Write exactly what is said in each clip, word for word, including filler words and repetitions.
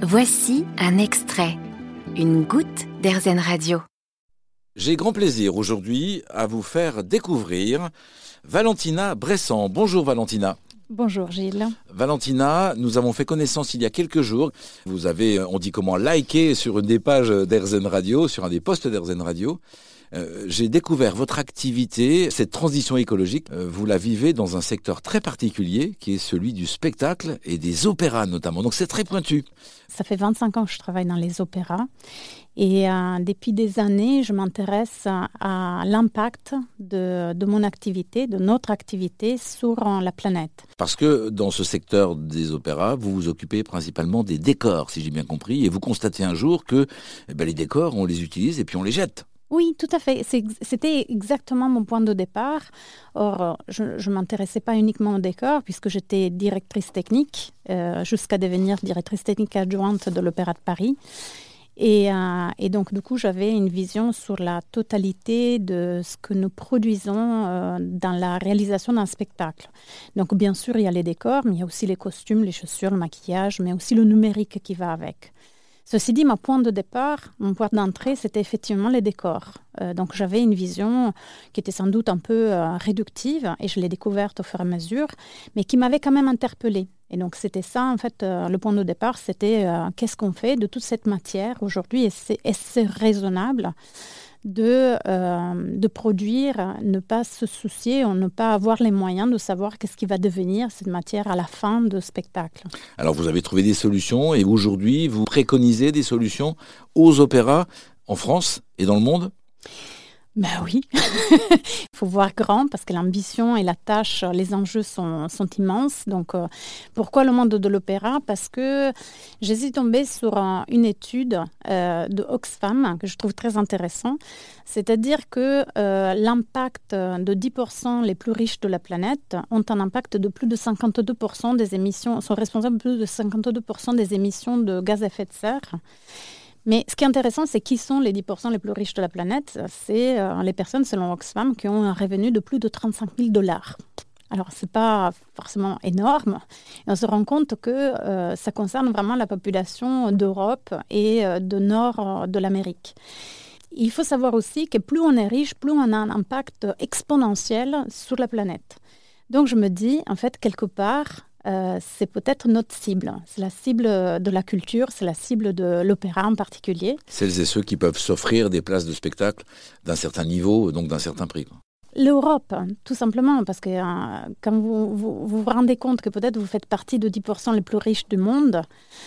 Voici un extrait, une goutte d'Airzen Radio. J'ai grand plaisir aujourd'hui à vous faire découvrir Valentina Bressan. Bonjour Valentina. Bonjour Gilles. Valentina, nous avons fait connaissance il y a quelques jours. Vous avez, on dit comment, liké sur une des pages d'Airzen Radio, sur un des posts d'Airzen Radio. Euh, j'ai découvert votre activité, cette transition écologique. Euh, vous la vivez dans un secteur très particulier, qui est celui du spectacle et des opéras notamment. Donc c'est très pointu. Ça fait vingt-cinq ans que je travaille dans les opéras. Et euh, depuis des années, je m'intéresse à l'impact de, de mon activité, de notre activité sur la planète. Parce que dans ce secteur des opéras, vous vous occupez principalement des décors, si j'ai bien compris. Et vous constatez un jour que eh ben, les décors, on les utilise et puis on les jette. Oui, tout à fait. C'est, c'était exactement mon point de départ. Or, je ne m'intéressais pas uniquement au décor, puisque j'étais directrice technique, euh, jusqu'à devenir directrice technique adjointe de l'Opéra de Paris. Et, euh, et donc, du coup, j'avais une vision sur la totalité de ce que nous produisons euh, dans la réalisation d'un spectacle. Donc, bien sûr, il y a les décors, mais il y a aussi les costumes, les chaussures, le maquillage, mais aussi le numérique qui va avec. Ceci dit, mon point de départ, mon point d'entrée, c'était effectivement les décors. Euh, donc, j'avais une vision qui était sans doute un peu euh, réductive, et je l'ai découverte au fur et à mesure, mais qui m'avait quand même interpellée. Et donc, c'était ça, en fait, euh, le point de départ, c'était euh, qu'est-ce qu'on fait de toute cette matière aujourd'hui, et c'est, est-ce raisonnable de, euh, de produire, ne pas se soucier, ou ne pas avoir les moyens de savoir qu'est-ce qui va devenir cette matière à la fin de spectacle. Alors, vous avez trouvé des solutions et aujourd'hui, vous préconisez des solutions aux opéras en France et dans le monde ? Ben oui, il faut voir grand parce que l'ambition et la tâche, les enjeux sont, sont immenses. Donc, euh, pourquoi le monde de l'opéra ? Parce que j'ai suis tombée sur un, une étude euh, de Oxfam que je trouve très intéressant. C'est-à-dire que euh, l'impact de dix pour cent les plus riches de la planète ont un impact de plus de cinquante-deux pour cent des émissions, sont responsables de plus de cinquante-deux pour cent des émissions de gaz à effet de serre. Mais ce qui est intéressant, c'est qui sont les dix pour cent les plus riches de la planète. C'est euh, les personnes, selon Oxfam, qui ont un revenu de plus de trente-cinq mille dollars. Alors, ce n'est pas forcément énorme. Et on se rend compte que euh, ça concerne vraiment la population d'Europe et euh, du nord de l'Amérique. Il faut savoir aussi que plus on est riche, plus on a un impact exponentiel sur la planète. Donc, je me dis, en fait, quelque part... Euh, c'est peut-être notre cible. C'est la cible de la culture, c'est la cible de l'opéra en particulier. Celles et ceux qui peuvent s'offrir des places de spectacle d'un certain niveau, donc d'un certain prix, quoi. L'Europe, tout simplement, parce que euh, quand vous, vous vous rendez compte que peut-être vous faites partie de dix pour cent les plus riches du monde,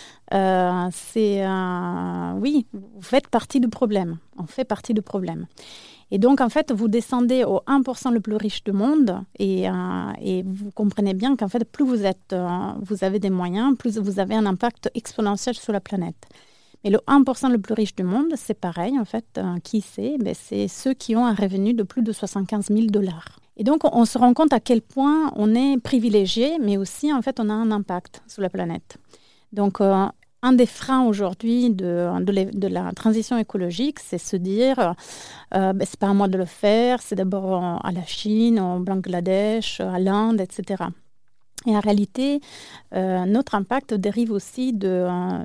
euh, c'est... Euh, oui, vous faites partie du problème. On fait partie du problème. Et donc, en fait, vous descendez au un pour cent le plus riche du monde et, euh, et vous comprenez bien qu'en fait, plus vous, êtes, euh, vous avez des moyens, plus vous avez un impact exponentiel sur la planète. Mais le un pour cent le plus riche du monde, c'est pareil, en fait. Euh, qui c'est ? Ben, c'est ceux qui ont un revenu de plus de soixante-quinze mille dollars. Et donc, on se rend compte à quel point on est privilégié, mais aussi, en fait, on a un impact sur la planète. Donc, euh, un des freins aujourd'hui de, de, de la transition écologique, c'est se dire euh, ben, c'est pas à moi de le faire, c'est d'abord à la Chine, au Bangladesh, à l'Inde, et cetera. Et en réalité, euh, notre impact dérive aussi de,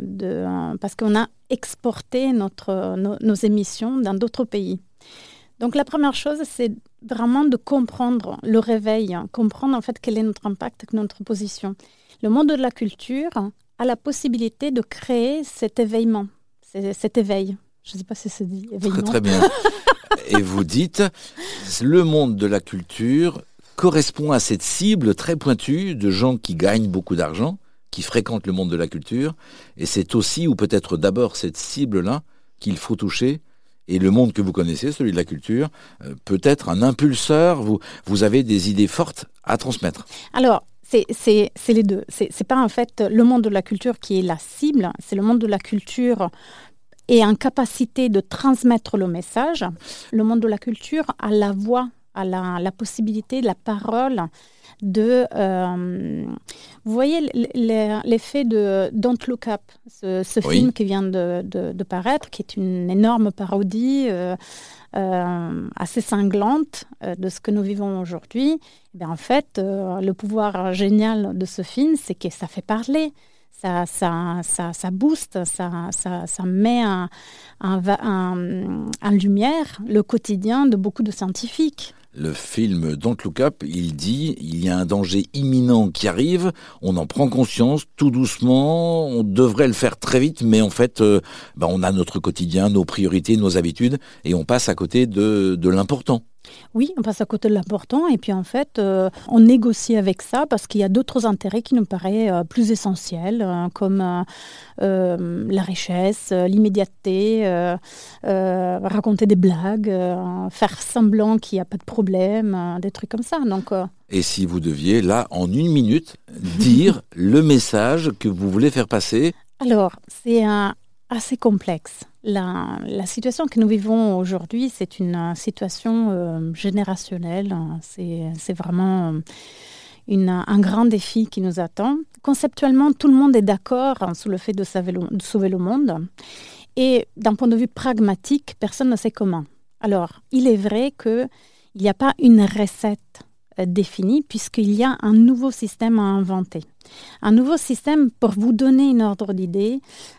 de parce qu'on a exporté notre, nos, nos émissions dans d'autres pays. Donc la première chose, c'est vraiment de comprendre le réveil, comprendre en fait quel est notre impact, notre position. Le monde de la culture a la possibilité de créer cet éveillement, cet éveil. Je ne sais pas si ça se dit éveillement. Très, très bien. Et vous dites, le monde de la culture correspond à cette cible très pointue de gens qui gagnent beaucoup d'argent, qui fréquentent le monde de la culture. Et c'est aussi, ou peut-être d'abord, cette cible-là qu'il faut toucher. Et le monde que vous connaissez, celui de la culture, euh, peut être un impulseur. Vous, vous avez des idées fortes à transmettre. Alors, C'est, c'est, c'est les deux. C'est, c'est pas en fait le monde de la culture qui est la cible, c'est le monde de la culture et en capacité de transmettre le message. Le monde de la culture a la voix, a la, la possibilité, la parole de... Euh, vous voyez l'effet de Don't Look Up, ce, ce oui. film qui vient de, de, de paraître, qui est une énorme parodie euh, euh, assez cinglante euh, de ce que nous vivons aujourd'hui. Et bien, en fait, euh, le pouvoir génial de ce film, c'est que ça fait parler. Ça, ça, ça, ça booste, ça, ça, ça met en, en, en, en lumière le quotidien de beaucoup de scientifiques. Le film Don't Look Up, il dit il y a un danger imminent qui arrive, on en prend conscience tout doucement, on devrait le faire très vite, mais en fait, euh, ben on a notre quotidien, nos priorités, nos habitudes, et on passe à côté de, de l'important. Oui, on passe à côté de l'important et puis en fait, euh, on négocie avec ça parce qu'il y a d'autres intérêts qui nous paraissent euh, plus essentiels, euh, comme euh, euh, la richesse, euh, l'immédiateté, euh, euh, raconter des blagues, euh, faire semblant qu'il n'y a pas de problème, euh, des trucs comme ça. Donc, euh... Et si vous deviez, là, en une minute, dire le message que vous voulez faire passer? Alors, c'est un... assez complexe. La, la situation que nous vivons aujourd'hui, c'est une situation euh, générationnelle. C'est, c'est vraiment une, un grand défi qui nous attend. Conceptuellement, tout le monde est d'accord hein, sur le fait de sauver, le, de sauver le monde. Et d'un point de vue pragmatique, personne ne sait comment. Alors, il est vrai qu'il n'y a pas une recette définie puisqu'il y a un nouveau système à inventer. Un nouveau système, pour vous donner une ordre d'idée,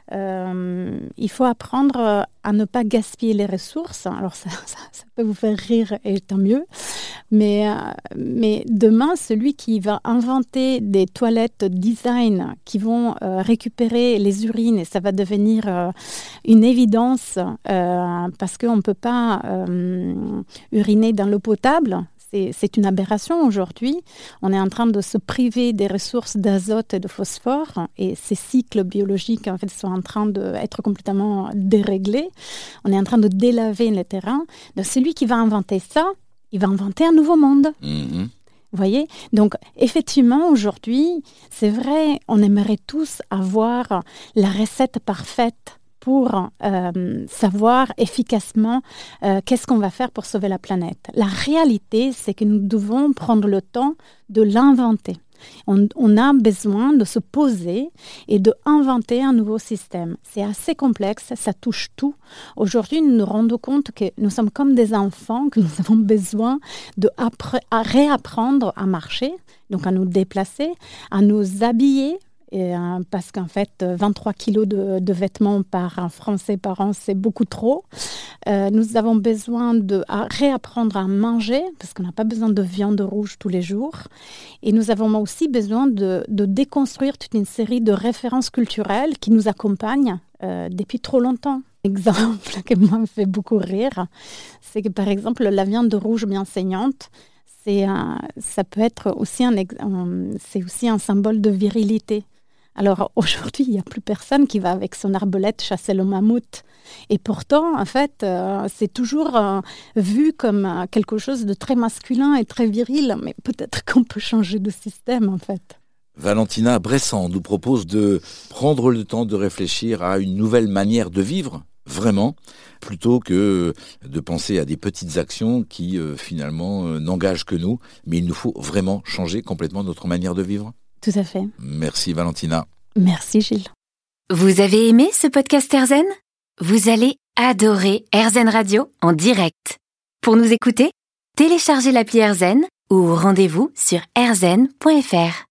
euh, il faut apprendre à ne pas gaspiller les ressources. Alors ça, ça, ça peut vous faire rire et tant mieux, mais, euh, mais demain, celui qui va inventer des toilettes design qui vont euh, récupérer les urines et ça va devenir euh, une évidence euh, parce qu'on ne peut pas euh, uriner dans l'eau potable. C'est, c'est une aberration aujourd'hui. On est en train de se priver des ressources d'azote et de phosphore et ces cycles biologiques en fait, sont en train d'être complètement déréglés. On est en train de délaver les terrains. Donc celui qui va inventer ça, il va inventer un nouveau monde. Mmh. Vous voyez ? Donc, effectivement, aujourd'hui, c'est vrai, on aimerait tous avoir la recette parfaite pour euh, savoir efficacement euh, qu'est-ce qu'on va faire pour sauver la planète. La réalité, c'est que nous devons prendre le temps de l'inventer. On, on a besoin de se poser et d'inventer un nouveau système. C'est assez complexe, ça touche tout. Aujourd'hui, nous nous rendons compte que nous sommes comme des enfants, que nous avons besoin de appre- à réapprendre à marcher, donc à nous déplacer, à nous habiller. Et, euh, parce qu'en fait, vingt-trois kilos de, de vêtements par un Français par an, c'est beaucoup trop. Euh, nous avons besoin de à réapprendre à manger, parce qu'on n'a pas besoin de viande rouge tous les jours. Et nous avons aussi besoin de, de déconstruire toute une série de références culturelles qui nous accompagnent euh, depuis trop longtemps. L'exemple qui me fait beaucoup rire, c'est que par exemple, la viande rouge bien saignante, c'est un, ça peut être aussi un, un, c'est aussi un symbole de virilité. Alors aujourd'hui, il n'y a plus personne qui va avec son arbalète chasser le mammouth. Et pourtant, en fait, euh, c'est toujours euh, vu comme euh, quelque chose de très masculin et très viril. Mais peut-être qu'on peut changer de système, en fait. Valentina Bressand nous propose de prendre le temps de réfléchir à une nouvelle manière de vivre, vraiment, plutôt que de penser à des petites actions qui, euh, finalement, euh, n'engagent que nous. Mais il nous faut vraiment changer complètement notre manière de vivre. Tout à fait. Merci Valentina. Merci Gilles. Vous avez aimé ce podcast AirZen ? Vous allez adorer AirZen Radio en direct. Pour nous écouter, téléchargez l'appli AirZen ou rendez-vous sur airzen point f r.